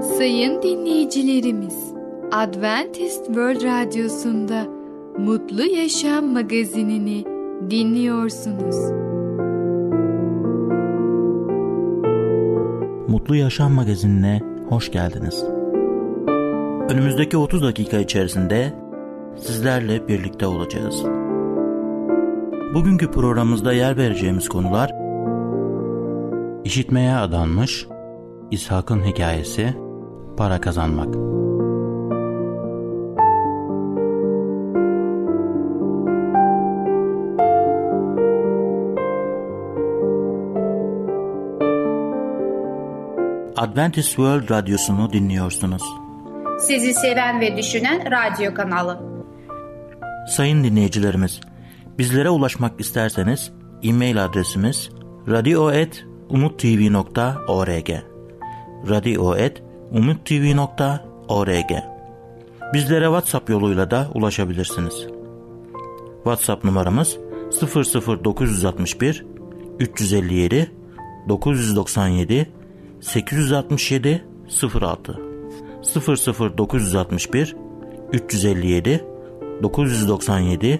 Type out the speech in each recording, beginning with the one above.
Sayın dinleyicilerimiz, Adventist World Radyosu'nda Mutlu Yaşam magazinini dinliyorsunuz. Mutlu Yaşam magazinine hoş geldiniz. Önümüzdeki 30 dakika içerisinde sizlerle birlikte olacağız. Bugünkü programımızda yer vereceğimiz konular: İşitmeye adanmış, İshak'ın hikayesi, para kazanmak. Adventist World Radyosu'nu dinliyorsunuz. Sizi seven ve düşünen radyo kanalı. Sayın dinleyicilerimiz, bizlere ulaşmak isterseniz e-mail adresimiz radio@umuttv.org radio@umuttv.org. Bizlere WhatsApp yoluyla da ulaşabilirsiniz. WhatsApp numaramız 00961 357 997 867 06 00961 357 997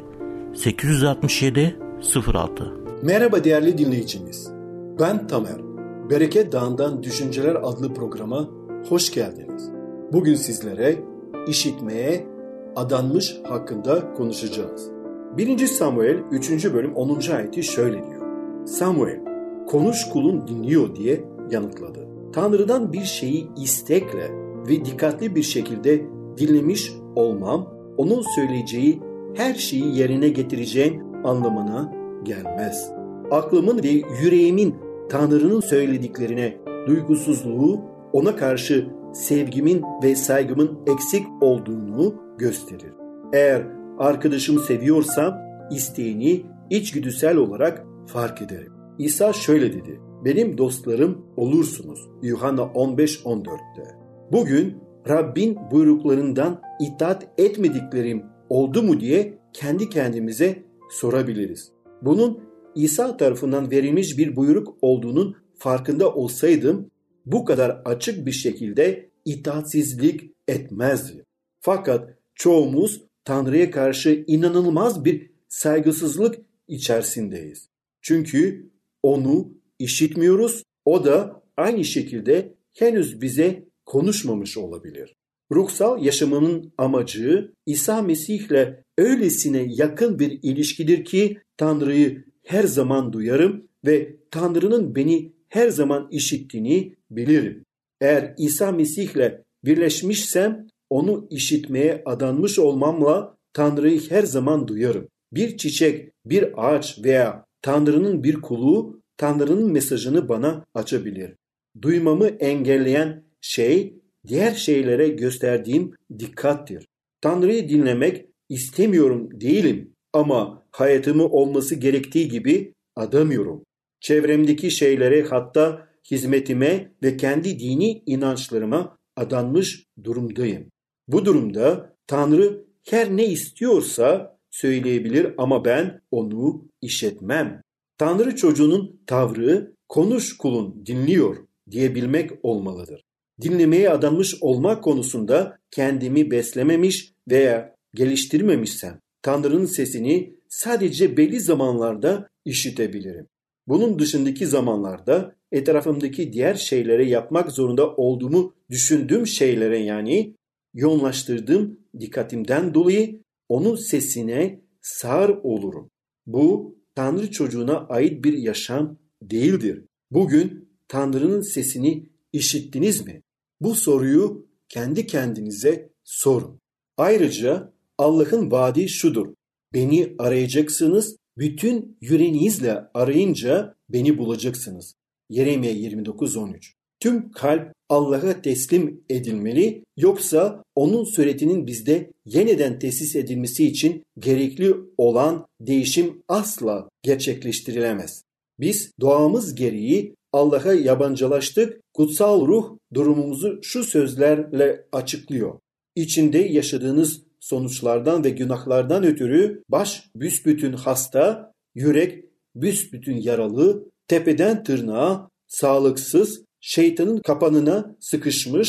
867 06. Merhaba değerli dinleyicimiz. Ben Tamer. Bereket Dağı'ndan Düşünceler adlı programa hoş geldiniz. Bugün sizlere işitmeye adanmış hakkında konuşacağız. 1. Samuel 3. bölüm 10. ayeti şöyle diyor. Samuel, konuş kulun dinliyor diye yanıtladı. Tanrı'dan bir şeyi istekle ve dikkatli bir şekilde dinlemiş olmam, onun söyleyeceği her şeyi yerine getireceğim anlamına gelmez. Aklımın ve yüreğimin Tanrı'nın söylediklerine duygusuzluğu, ona karşı sevgimin ve saygımın eksik olduğunu gösterir. Eğer arkadaşımı seviyorsam isteğini içgüdüsel olarak fark ederim. İsa şöyle dedi: benim dostlarım olursunuz. Yuhanna 15-14'te. Bugün Rabbin buyruklarından itaat etmediklerim oldu mu diye kendi kendimize sorabiliriz. Bunun İsa tarafından verilmiş bir buyruk olduğunun farkında olsaydım bu kadar açık bir şekilde itaatsizlik etmezdim. Fakat çoğumuz Tanrı'ya karşı inanılmaz bir saygısızlık içerisindeyiz. Çünkü onu işitmiyoruz, o da aynı şekilde henüz bize konuşmamış olabilir. Ruhsal yaşamının amacı İsa Mesih'le öylesine yakın bir ilişkidir ki Tanrı'yı her zaman duyarım ve Tanrı'nın beni her zaman işittiğini bilirim. Eğer İsa Mesih'le birleşmişsem onu işitmeye adanmış olmamla Tanrı'yı her zaman duyarım. Bir çiçek, bir ağaç veya Tanrı'nın bir kulu Tanrı'nın mesajını bana açabilir. Duymamı engelleyen şey diğer şeylere gösterdiğim dikkattir. Tanrı'yı dinlemek istemiyorum değilim ama hayatımı olması gerektiği gibi adamıyorum. Çevremdeki şeylere, hatta hizmetime ve kendi dini inançlarıma adanmış durumdayım. Bu durumda Tanrı her ne istiyorsa söyleyebilir ama ben onu işitmem. Tanrı çocuğunun tavrı konuş kulun dinliyor diyebilmek olmalıdır. Dinlemeye adanmış olmak konusunda kendimi beslememiş veya geliştirmemişsem Tanrı'nın sesini sadece belli zamanlarda işitebilirim. Bunun dışındaki zamanlarda etrafımdaki diğer şeylere yapmak zorunda olduğumu düşündüğüm şeylere, yani yoğunlaştırdığım dikkatimden dolayı onun sesine sağır olurum. Bu Tanrı çocuğuna ait bir yaşam değildir. Bugün Tanrı'nın sesini işittiniz mi? Bu soruyu kendi kendinize sorun. Ayrıca Allah'ın vaadi şudur: beni arayacaksınız, bütün yüreğinizle arayınca beni bulacaksınız. Yeremye 29-13. Tüm kalp Allah'a teslim edilmeli, yoksa onun suretinin bizde yeniden tesis edilmesi için gerekli olan değişim asla gerçekleştirilemez. Biz doğamız gereği Allah'a yabancılaştık. Kutsal ruh durumumuzu şu sözlerle açıklıyor: İçinde yaşadığınız sonuçlardan ve günahlardan ötürü baş büsbütün hasta, yürek büsbütün yaralı, tepeden tırnağa sağlıksız, şeytanın kapanına sıkışmış,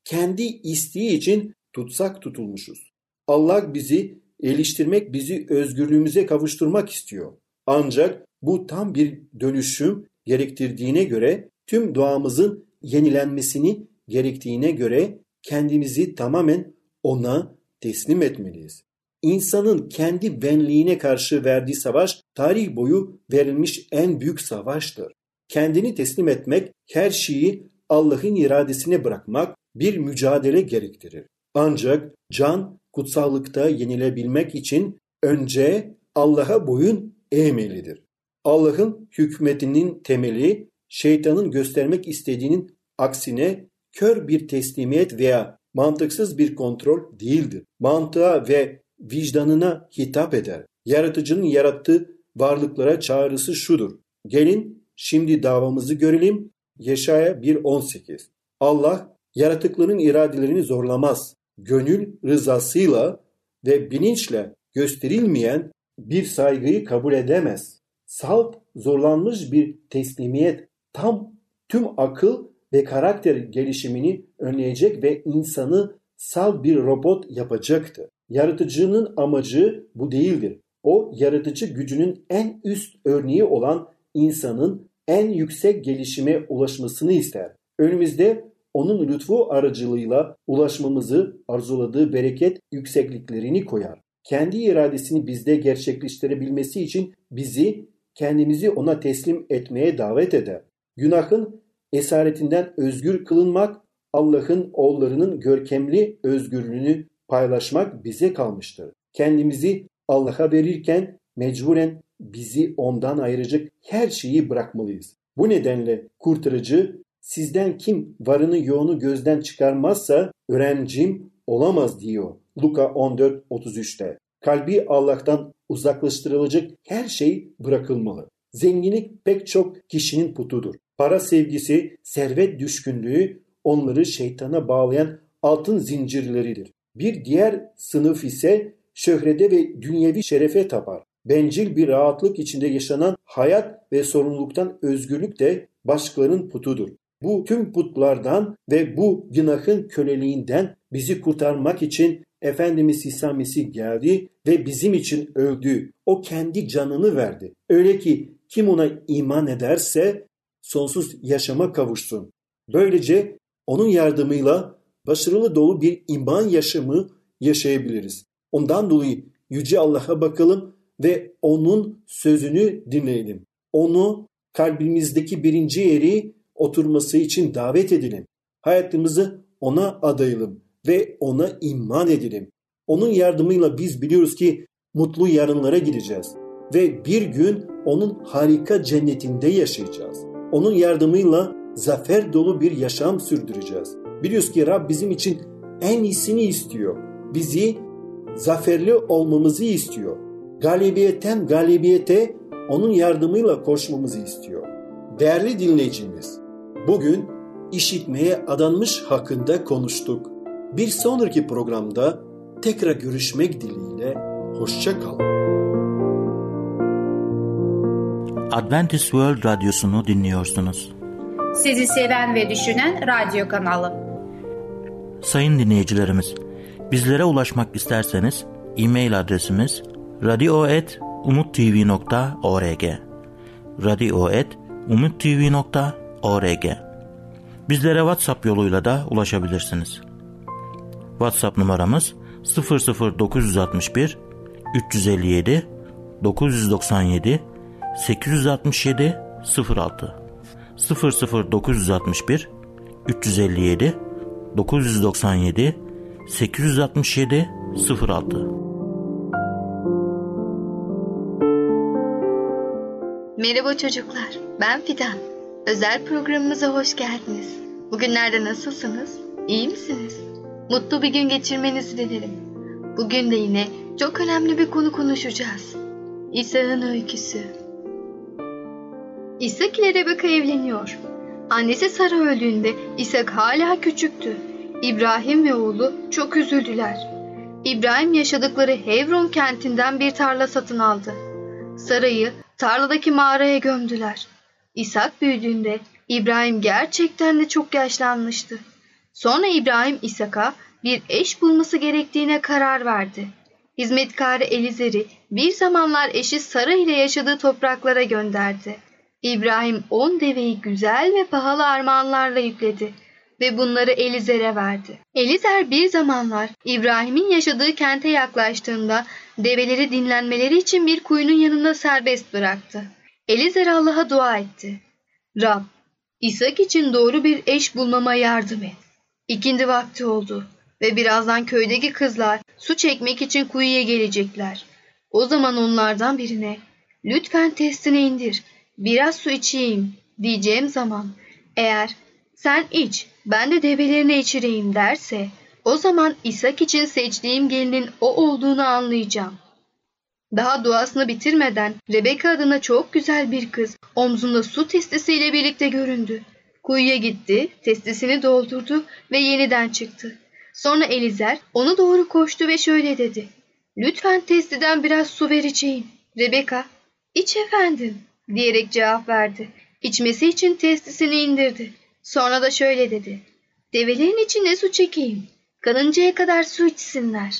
kendi isteği için tutsak tutulmuşuz. Allah bizi geliştirmek, bizi özgürlüğümüze kavuşturmak istiyor. Ancak bu tam bir dönüşüm gerektirdiğine göre, tüm doğamızın yenilenmesini gerektiğine göre kendimizi tamamen ona teslim etmeliyiz. İnsanın kendi benliğine karşı verdiği savaş tarih boyu verilmiş en büyük savaştır. Kendini teslim etmek, her şeyi Allah'ın iradesine bırakmak bir mücadele gerektirir. Ancak can kutsallıkta yenilebilmek için önce Allah'a boyun eğmelidir. Allah'ın hükmetinin temeli şeytanın göstermek istediğinin aksine kör bir teslimiyet veya mantıksız bir kontrol değildir. Mantığa ve vicdanına hitap eder. Yaratıcının yarattığı varlıklara çağrısı şudur: gelin şimdi davamızı görelim. Yeşaya 1.18. Allah yaratıkların iradelerini zorlamaz. Gönül rızasıyla ve bilinçle gösterilmeyen bir saygıyı kabul edemez. Salt zorlanmış bir teslimiyet tüm akıl ve karakter gelişimini önleyecek ve insanı salt bir robot yapacaktır. Yaratıcının amacı bu değildir. O yaratıcı gücünün en üst örneği olan insanın en yüksek gelişime ulaşmasını ister. Önümüzde onun lütfu aracılığıyla ulaşmamızı arzuladığı bereket yüksekliklerini koyar. Kendi iradesini bizde gerçekleştirebilmesi için kendimizi ona teslim etmeye davet eder. Günahın esaretinden özgür kılınmak, Allah'ın oğullarının görkemli özgürlüğünü paylaşmak bize kalmıştır. Kendimizi Allah'a verirken mecburen bizi ondan ayıracak her şeyi bırakmalıyız. Bu nedenle kurtarıcı, sizden kim varını yoğunu gözden çıkarmazsa öğrencim olamaz diyor Luka 14.33'te. Kalbi Allah'tan uzaklaştırılacak her şey bırakılmalı. Zenginlik pek çok kişinin putudur. Para sevgisi, servet düşkünlüğü onları şeytana bağlayan altın zincirleridir. Bir diğer sınıf ise şöhrete ve dünyevi şerefe tapar. Bencil bir rahatlık içinde yaşanan hayat ve sorumluluktan özgürlük de başkalarının putudur. Bu tüm putlardan ve bu günahın köleliğinden bizi kurtarmak için Efendimiz İsa Mesih geldi ve bizim için öldü. O kendi canını verdi. Öyle ki kim ona iman ederse sonsuz yaşama kavuşsun. Böylece onun yardımıyla başarılı dolu bir iman yaşamı yaşayabiliriz. Ondan dolayı Yüce Allah'a bakalım ve onun sözünü dinleyelim. Onu kalbimizdeki birinci yeri oturması için davet edelim. Hayatımızı ona adayalım ve ona iman edelim. Onun yardımıyla biz biliyoruz ki mutlu yarınlara gideceğiz ve bir gün onun harika cennetinde yaşayacağız. Onun yardımıyla zafer dolu bir yaşam sürdüreceğiz. Biliyoruz ki Rab bizim için en iyisini istiyor. Bizi zaferli olmamızı istiyor. Galibiyetten galibiyete onun yardımıyla koşmamızı istiyor. Değerli dinleyicimiz, bugün işitmeye adanmış hakkında konuştuk. Bir sonraki programda tekrar görüşmek dileğiyle, hoşça kalın. Adventist World Radyosu'nu dinliyorsunuz. Sizi seven ve düşünen radyo kanalı. Sayın dinleyicilerimiz, bizlere ulaşmak isterseniz e-mail adresimiz radio@umuttv.org radio@umuttv.org. Bizlere WhatsApp yoluyla da ulaşabilirsiniz. WhatsApp numaramız 00961 357 997 867 06 00961 357 997 867 06. Merhaba çocuklar, ben Fidan. Özel programımıza hoş geldiniz. Bugünlerde nasılsınız? İyi misiniz? Mutlu bir gün geçirmenizi dilerim. Bugün de yine çok önemli bir konu konuşacağız. İshak'ın öyküsü. İshak ile Rebeka evleniyor. Annesi Sara öldüğünde İshak hala küçüktü. İbrahim ve oğlu çok üzüldüler. İbrahim yaşadıkları Hevron kentinden bir tarla satın aldı. Sara'yı tarladaki mağaraya gömdüler. İshak büyüdüğünde İbrahim gerçekten de çok yaşlanmıştı. Sonra İbrahim İshak'a bir eş bulması gerektiğine karar verdi. Hizmetkarı Elizer'i bir zamanlar eşi Sara ile yaşadığı topraklara gönderdi. İbrahim 10 deveyi güzel ve pahalı armağanlarla yükledi ve bunları Elizer'e verdi. Elizer bir zamanlar İbrahim'in yaşadığı kente yaklaştığında develeri dinlenmeleri için bir kuyunun yanında serbest bıraktı. Elizer Allah'a dua etti. Rab, İshak için doğru bir eş bulmama yardım et. İkindi vakti oldu ve birazdan köydeki kızlar su çekmek için kuyuya gelecekler. O zaman onlardan birine, lütfen testini indir, biraz su içeyim diyeceğim zaman, eğer sen iç, ben de develerine içireyim derse, o zaman İshak için seçtiğim gelinin o olduğunu anlayacağım. Daha duasını bitirmeden Rebeka adına çok güzel bir kız omzunda su testisiyle birlikte göründü. Kuyuya gitti, testisini doldurdu ve yeniden çıktı. Sonra Elizer ona doğru koştu ve şöyle dedi. Lütfen testiden biraz su vereceğim. Rebeka, iç efendim diyerek cevap verdi. İçmesi için testisini indirdi. Sonra da şöyle dedi. Develerin içine su çekeyim. Kanıncaya kadar su içsinler.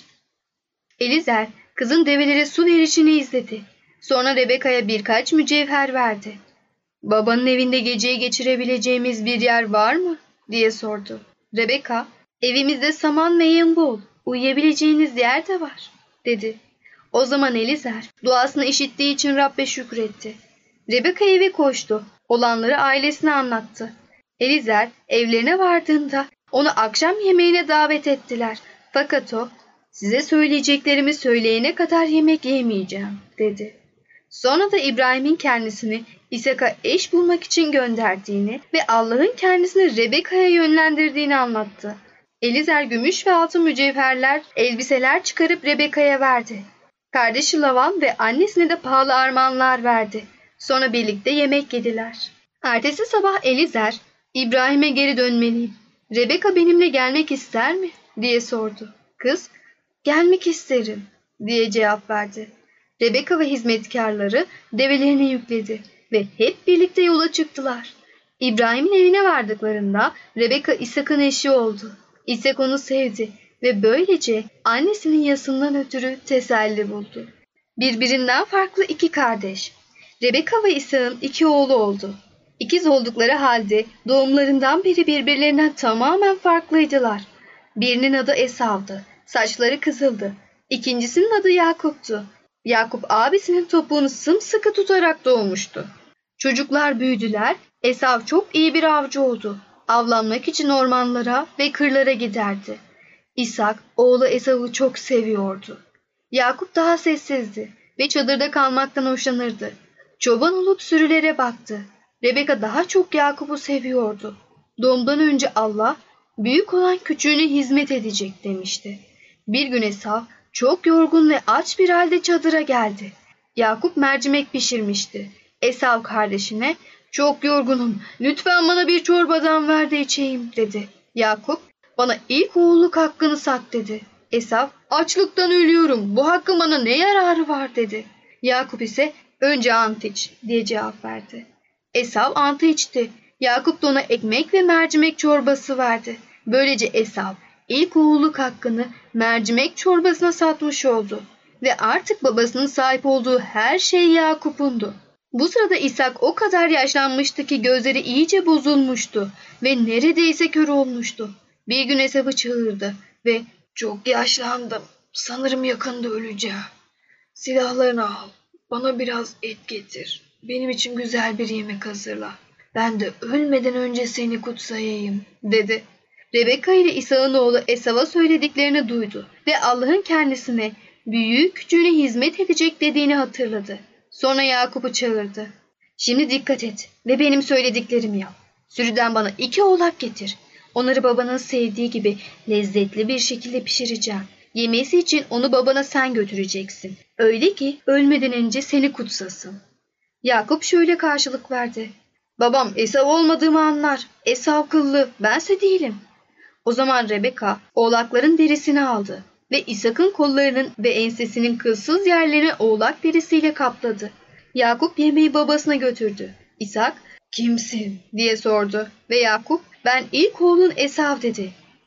Elizer kızın develere su verişini izledi. Sonra Rebeka'ya birkaç mücevher verdi. Babanın evinde geceyi geçirebileceğimiz bir yer var mı? Diye sordu. Rebeka, evimizde saman ve yem bol, uyuyabileceğiniz yer de var, dedi. O zaman Elizer duasını işittiği için Rabbe şükretti. Rebeka eve koştu, olanları ailesine anlattı. Elizer evlerine vardığında onu akşam yemeğine davet ettiler. Fakat o, size söyleyeceklerimi söyleyene kadar yemek yemeyeceğim, dedi. Sonra da İbrahim'in kendisini İshak'a eş bulmak için gönderdiğini ve Allah'ın kendisini Rebeka'ya yönlendirdiğini anlattı. Elizer gümüş ve altın mücevherler, elbiseler çıkarıp Rebeka'ya verdi. Kardeşi Lavan ve annesine de pahalı armağanlar verdi. Sonra birlikte yemek yediler. Ertesi sabah Elizer, İbrahim'e geri dönmeliyim. Rebeka benimle gelmek ister mi? Diye sordu. Kız, gelmek isterim diye cevap verdi. Rebeka ve hizmetkarları develerini yükledi ve hep birlikte yola çıktılar. İbrahim'in evine vardıklarında Rebeka İshak'ın eşi oldu. İshak onu sevdi ve böylece annesinin yasından ötürü teselli buldu. Birbirinden farklı iki kardeş. Rebeka ve İshak'ın 2 oğlu oldu. İkiz oldukları halde doğumlarından beri birbirlerinden tamamen farklıydılar. Birinin adı Esav'dı. Saçları kızıldı. İkincisinin adı Yakup'tu. Yakup abisinin topuğunu sımsıkı tutarak doğmuştu. Çocuklar büyüdüler. Esav çok iyi bir avcı oldu. Avlanmak için ormanlara ve kırlara giderdi. İshak oğlu Esav'ı çok seviyordu. Yakup daha sessizdi ve çadırda kalmaktan hoşlanırdı. Çoban olup sürülere baktı. Rebeka daha çok Yakup'u seviyordu. Doğumdan önce Allah, büyük olan küçüğüne hizmet edecek demişti. Bir gün Esav çok yorgun ve aç bir halde çadıra geldi. Yakup mercimek pişirmişti. Esav kardeşine, çok yorgunum, lütfen bana bir çorbadan ver de içeyim, dedi. Yakup, bana ilk oğulluk hakkını sat, dedi. Esav, açlıktan ölüyorum, bu hakkın bana ne yararı var, dedi. Yakup ise, önce ant iç, diye cevap verdi. Esav antı içti. Yakup da ona ekmek ve mercimek çorbası verdi. Böylece Esav ilk oğulluk hakkını mercimek çorbasına satmış oldu. Ve artık babasının sahip olduğu her şey Yakup'undu. Bu sırada İshak o kadar yaşlanmıştı ki gözleri iyice bozulmuştu ve neredeyse kör olmuştu. Bir gün Esav'ı çağırdı ve "Çok yaşlandım. Sanırım yakında öleceğim. Silahlarını al. Bana biraz et getir. Benim için güzel bir yemek hazırla. Ben de ölmeden önce seni kutsayayım," dedi. Rebeka ile İshak'ın oğlu Esav'a söylediklerini duydu ve Allah'ın kendisine büyüğü küçüğüne hizmet edecek dediğini hatırladı. Sonra Yakup'u çağırdı. "Şimdi dikkat et ve benim söylediklerimi yap. Sürüden bana 2 oğlak getir. Onları babanın sevdiği gibi lezzetli bir şekilde pişireceğim. Yemesi için onu babana sen götüreceksin. Öyle ki ölmeden önce seni kutsasın." Yakup şöyle karşılık verdi. "Babam Esav olmadığımı anlar. Esav kıllı, bense değilim." O zaman Rebeka oğlakların derisini aldı ve İshak'ın kollarının ve ensesinin kılsız yerlerini oğlak derisiyle kapladı. Yakup yemeği babasına götürdü. İshak, "Kimsin?" diye sordu ve Yakup, "Ben ilk oğlun Esav," dedi.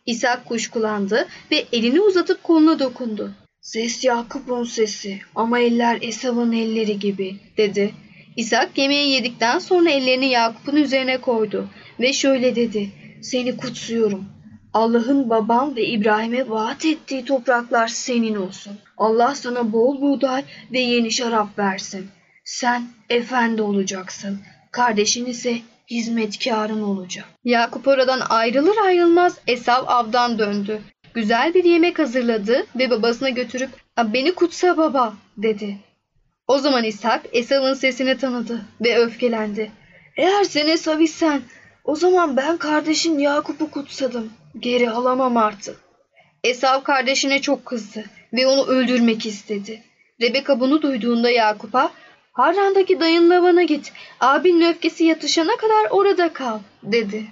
İshak kuşkulandı ve elini uzatıp koluna dokundu. "Ses Yakup'un sesi ama eller Esav'ın elleri gibi," dedi. İshak yemeği yedikten sonra ellerini Yakup'un üzerine koydu ve şöyle dedi: "Seni kutsuyorum. Allah'ın babam ve İbrahim'e vaat ettiği topraklar senin olsun. Allah sana bol buğday ve yeni şarap versin. Sen efendi olacaksın. Kardeşin ise hizmetkarın olacak." Yakup oradan ayrılır ayrılmaz Esav avdan döndü. Güzel bir yemek hazırladı ve babasına götürüp "Beni kutsa baba," dedi. O zaman İshak Esav'ın sesini tanıdı ve öfkelendi. "Eğer sen Esav isen o zaman ben kardeşin Yakup'u kutsadım. Geri alamam artık." Esav kardeşine çok kızdı ve onu öldürmek istedi. Rebeka bunu duyduğunda Yakup'a "Harran'daki dayın Laban'a git. Abinin öfkesi yatışana kadar orada kal," dedi.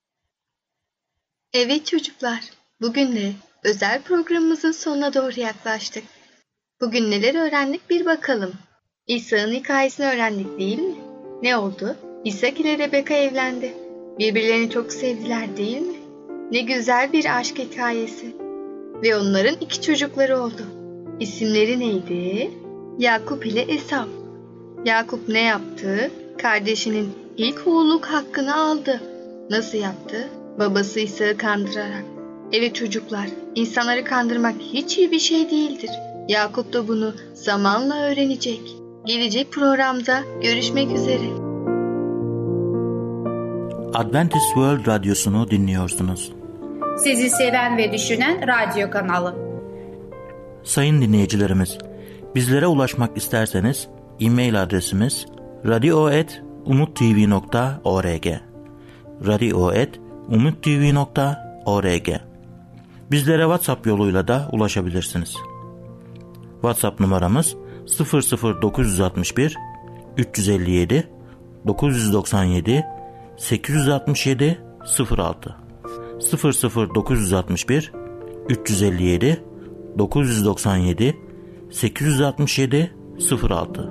Evet çocuklar, bugün de özel programımızın sonuna doğru yaklaştık. Bugün neler öğrendik bir bakalım. İsa'nın hikayesini öğrendik değil mi? Ne oldu? İshak ile Rebeka evlendi. Birbirlerini çok sevdiler değil mi? Ne güzel bir aşk hikayesi. Ve onların 2 çocukları oldu. İsimleri neydi? Yakup ile Esav. Yakup ne yaptı? Kardeşinin ilk oğulluk hakkını aldı. Nasıl yaptı? Babası İshak'ı kandırarak. Evet çocuklar, insanları kandırmak hiç iyi bir şey değildir. Yakup da bunu zamanla öğrenecek. Gelecek programda görüşmek üzere. Adventist World Radyosu'nu dinliyorsunuz. Sizi seven ve düşünen radyo kanalı. Sayın dinleyicilerimiz, bizlere ulaşmak isterseniz e-mail adresimiz radio@umuttv.org radio@umuttv.org. Bizlere WhatsApp yoluyla da ulaşabilirsiniz. WhatsApp numaramız 00961 357 997 867 06 00961 357 997 867 06.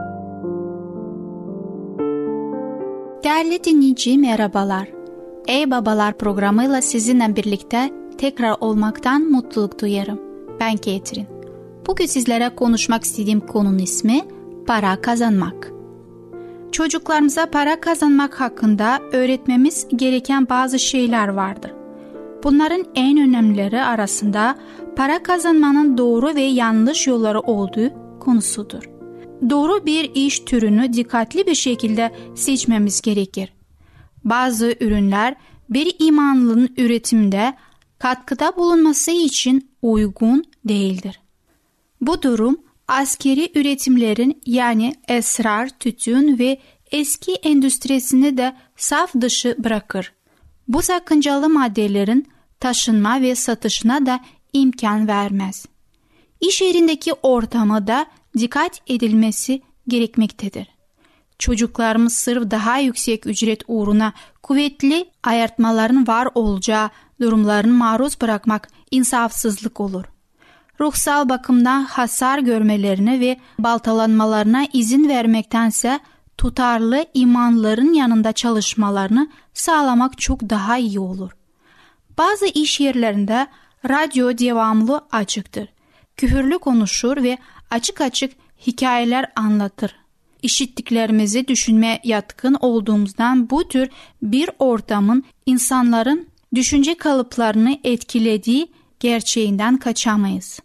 Değerli dinleyici merhabalar. Ey Babalar programıyla sizinle birlikte tekrar olmaktan mutluluk duyarım. Ben Ketrin. Bugün sizlere konuşmak istediğim konunun ismi para kazanmak. Çocuklarımıza para kazanmak hakkında öğretmemiz gereken bazı şeyler vardır. Bunların en önemlileri arasında para kazanmanın doğru ve yanlış yolları olduğu konusudur. Doğru bir iş türünü dikkatli bir şekilde seçmemiz gerekir. Bazı ürünler bir imanlının üretimde katkıda bulunması için uygun değildir. Bu durum askeri üretimlerin yani esrar, tütün ve eski endüstrisini de saf dışı bırakır. Bu sakıncalı maddelerin taşınma ve satışına da imkan vermez. İş yerindeki ortama da dikkat edilmesi gerekmektedir. Çocuklarımız sırf daha yüksek ücret uğruna kuvvetli ayartmaların var olacağı durumlarını maruz bırakmak insafsızlık olur. Ruhsal bakımdan hasar görmelerine ve baltalanmalarına izin vermektense tutarlı imanların yanında çalışmalarını sağlamak çok daha iyi olur. Bazı iş yerlerinde radyo devamlı açıktır. Küfürlü konuşur ve açık açık hikayeler anlatır. İşittiklerimizi düşünmeye yatkın olduğumuzdan bu tür bir ortamın insanların düşünce kalıplarını etkilediği gerçeğinden kaçamayız.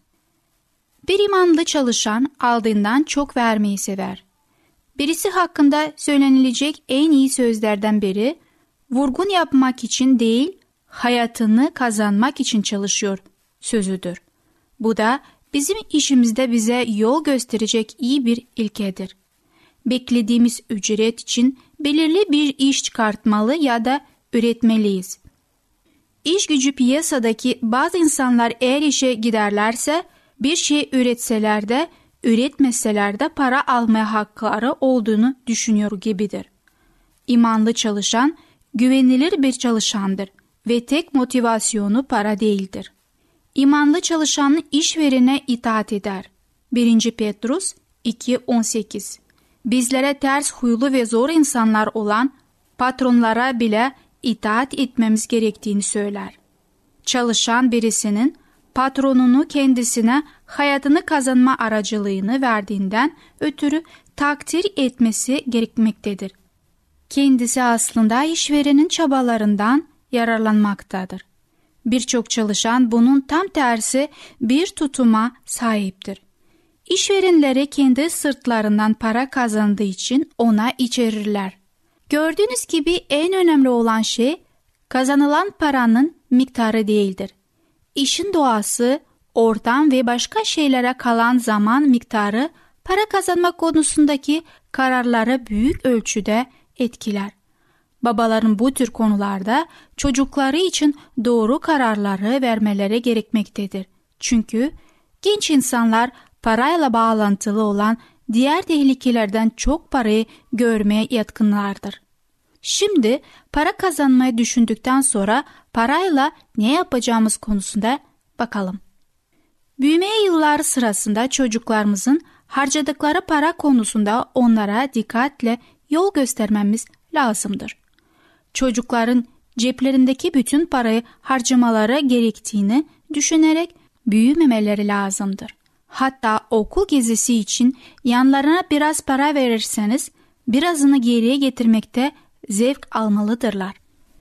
Bir imanlı çalışan aldığından çok vermeyi sever. Birisi hakkında söylenilecek en iyi sözlerden biri, vurgun yapmak için değil, hayatını kazanmak için çalışıyor sözüdür. Bu da bizim işimizde bize yol gösterecek iyi bir ilkedir. Beklediğimiz ücret için belirli bir iş çıkartmalı ya da üretmeliyiz. İş gücü piyasadaki bazı insanlar eğer işe giderlerse bir şey üretseler de üretmeseler de para almaya hakları olduğunu düşünüyor gibidir. İmanlı çalışan güvenilir bir çalışandır ve tek motivasyonu para değildir. İmanlı çalışan işverene itaat eder. 1. Petrus 2:18. Bizlere ters huylu ve zor insanlar olan patronlara bile itaat etmemiz gerektiğini söyler. çalışan birisinin patronunu kendisine hayatını kazanma aracılığını verdiğinden ötürü takdir etmesi gerekmektedir. Kendisi aslında işverenin çabalarından yararlanmaktadır. Birçok çalışan bunun tam tersi bir tutuma sahiptir. İşverenleri kendi sırtlarından para kazandığı için ona içerirler. Gördüğünüz gibi en önemli olan şey kazanılan paranın miktarı değildir. İşin doğası, ortam ve başka şeylere kalan zaman miktarı para kazanma konusundaki kararları büyük ölçüde etkiler. Babaların bu tür konularda çocukları için doğru kararları vermeleri gerekmektedir. Çünkü genç insanlar parayla bağlantılı olan diğer tehlikelerden çok parayı görmeye yatkınlardır. Şimdi para kazanmayı düşündükten sonra parayla ne yapacağımız konusunda bakalım. Büyüme yılları sırasında çocuklarımızın harcadıkları para konusunda onlara dikkatle yol göstermemiz lazımdır. Çocukların ceplerindeki bütün parayı harcamaları gerektiğini düşünerek büyümemeleri lazımdır. Hatta okul gezisi için yanlarına biraz para verirseniz birazını geriye getirmekte zevk almalıdırlar.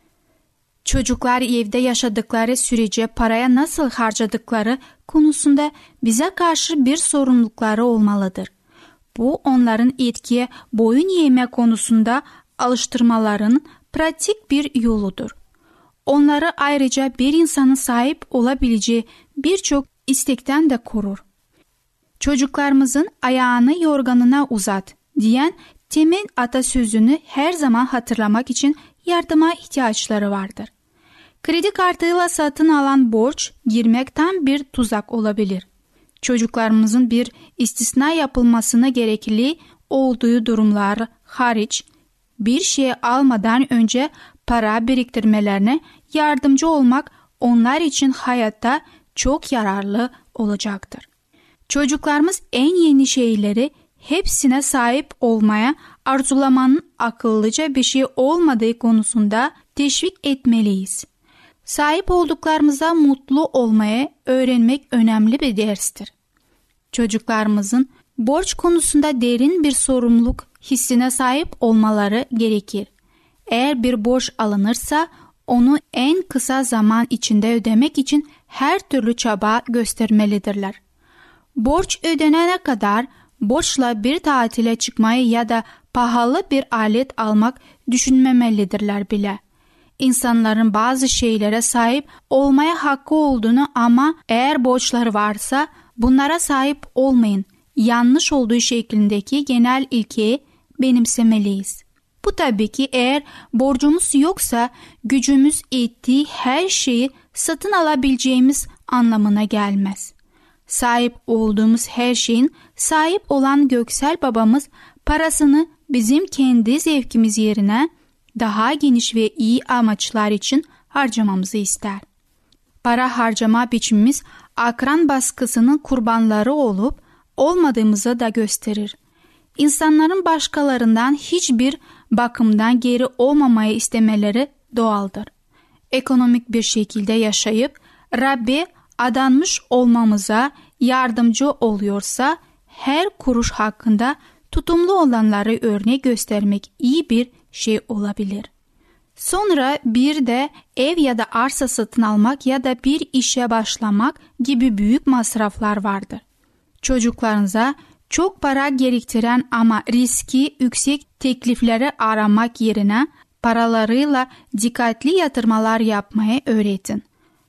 Çocuklar evde yaşadıkları sürece paraya nasıl harcadıkları konusunda bize karşı bir sorumlulukları olmalıdır. Bu onların etkiye boyun eğme konusunda alıştırmaların pratik bir yoludur. Onları ayrıca bir insanın sahip olabileceği birçok istekten de korur. Çocuklarımızın ayağını yorganına uzat diyen temel atasözünü her zaman hatırlamak için yardıma ihtiyaçları vardır. Kredi kartıyla satın alan borç girmek tam bir tuzak olabilir. Çocuklarımızın bir istisna yapılmasına gerekli olduğu durumlar hariç bir şey almadan önce para biriktirmelerine yardımcı olmak onlar için hayatta çok yararlı olacaktır. Çocuklarımız en yeni şeyleri hepsine sahip olmaya arzulamanın akıllıca bir şey olmadığı konusunda teşvik etmeliyiz. Sahip olduklarımıza mutlu olmaya öğrenmek önemli bir derstir. Çocuklarımızın borç konusunda derin bir sorumluluk hissine sahip olmaları gerekir. Eğer bir borç alınırsa onu en kısa zaman içinde ödemek için her türlü çaba göstermelidirler. Borç ödenene kadar borçla bir tatile çıkmayı ya da pahalı bir alet almak düşünmemelidirler bile. İnsanların bazı şeylere sahip olmaya hakkı olduğunu ama eğer borçları varsa bunlara sahip olmayın. Yanlış olduğu şeklindeki genel ilkeyi benimsemeliyiz. Bu tabii ki eğer borcumuz yoksa gücümüz yettiği her şeyi satın alabileceğimiz anlamına gelmez. Sahip olduğumuz her şeyin sahip olan göksel babamız parasını bizim kendi zevkimiz yerine daha geniş ve iyi amaçlar için harcamamızı ister. Para harcama biçimimiz akran baskısının kurbanları olup olmadığımızı da gösterir. İnsanların başkalarından hiçbir bakımdan geri olmamayı istemeleri doğaldır. Ekonomik bir şekilde yaşayıp Rabbe adanmış olmamıza yardımcı oluyorsa her kuruş hakkında tutumlu olanları örnek göstermek iyi bir şey olabilir. Sonra bir de ev ya da arsa satın almak ya da bir işe başlamak gibi büyük masraflar vardır. Çocuklarınıza çok para gerektiren ama riski yüksek teklifleri aramak yerine paralarıyla dikkatli yatırmalar yapmayı öğretin.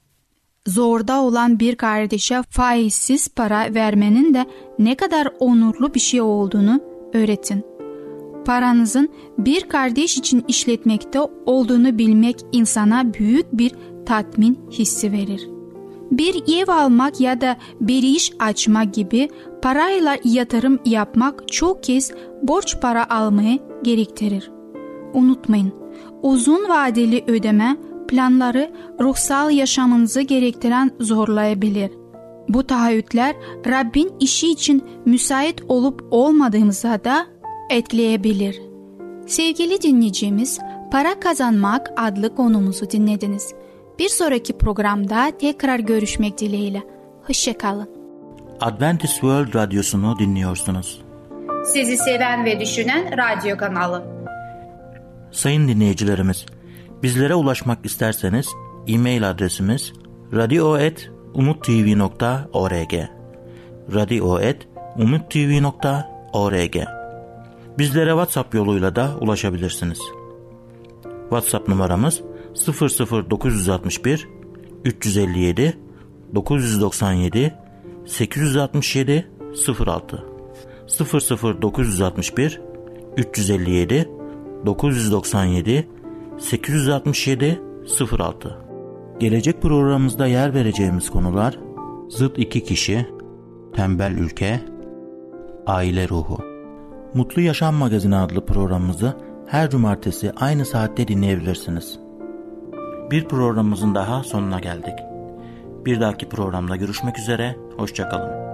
Zorda olan bir kardeşe faizsiz para vermenin de ne kadar onurlu bir şey olduğunu öğretin. Paranızın bir kardeş için işletmekte olduğunu bilmek insana büyük bir tatmin hissi verir. Bir ev almak ya da bir iş açmak gibi parayla yatırım yapmak çok kez borç para almayı gerektirir. Unutmayın, uzun vadeli ödeme planları ruhsal yaşamınızı gerektiren zorlayabilir. Bu taahhütler Rabbin işi için müsait olup olmadığımıza da etkileyebilir. Sevgili dinleyicimiz, Para Kazanmak adlı konumuzu dinlediniz. Bir sonraki programda tekrar görüşmek dileğiyle. Hoşça kalın. Adventist World Radyosu'nu dinliyorsunuz. Sizi seven ve düşünen radyo kanalı. Sayın dinleyicilerimiz, bizlere ulaşmak isterseniz e-mail adresimiz radio@umuttv.org radio@umuttv.org. Bizlere WhatsApp yoluyla da ulaşabilirsiniz. WhatsApp numaramız 00961 357 997 867 06 00961 357 997 867 06. Gelecek programımızda yer vereceğimiz konular: zıt iki kişi, tembel ülke, aile ruhu. Mutlu Yaşam Magazini adlı programımızı her cumartesi aynı saatte dinleyebilirsiniz. Bir programımızın daha sonuna geldik. Bir dahaki programda görüşmek üzere, hoşça kalın.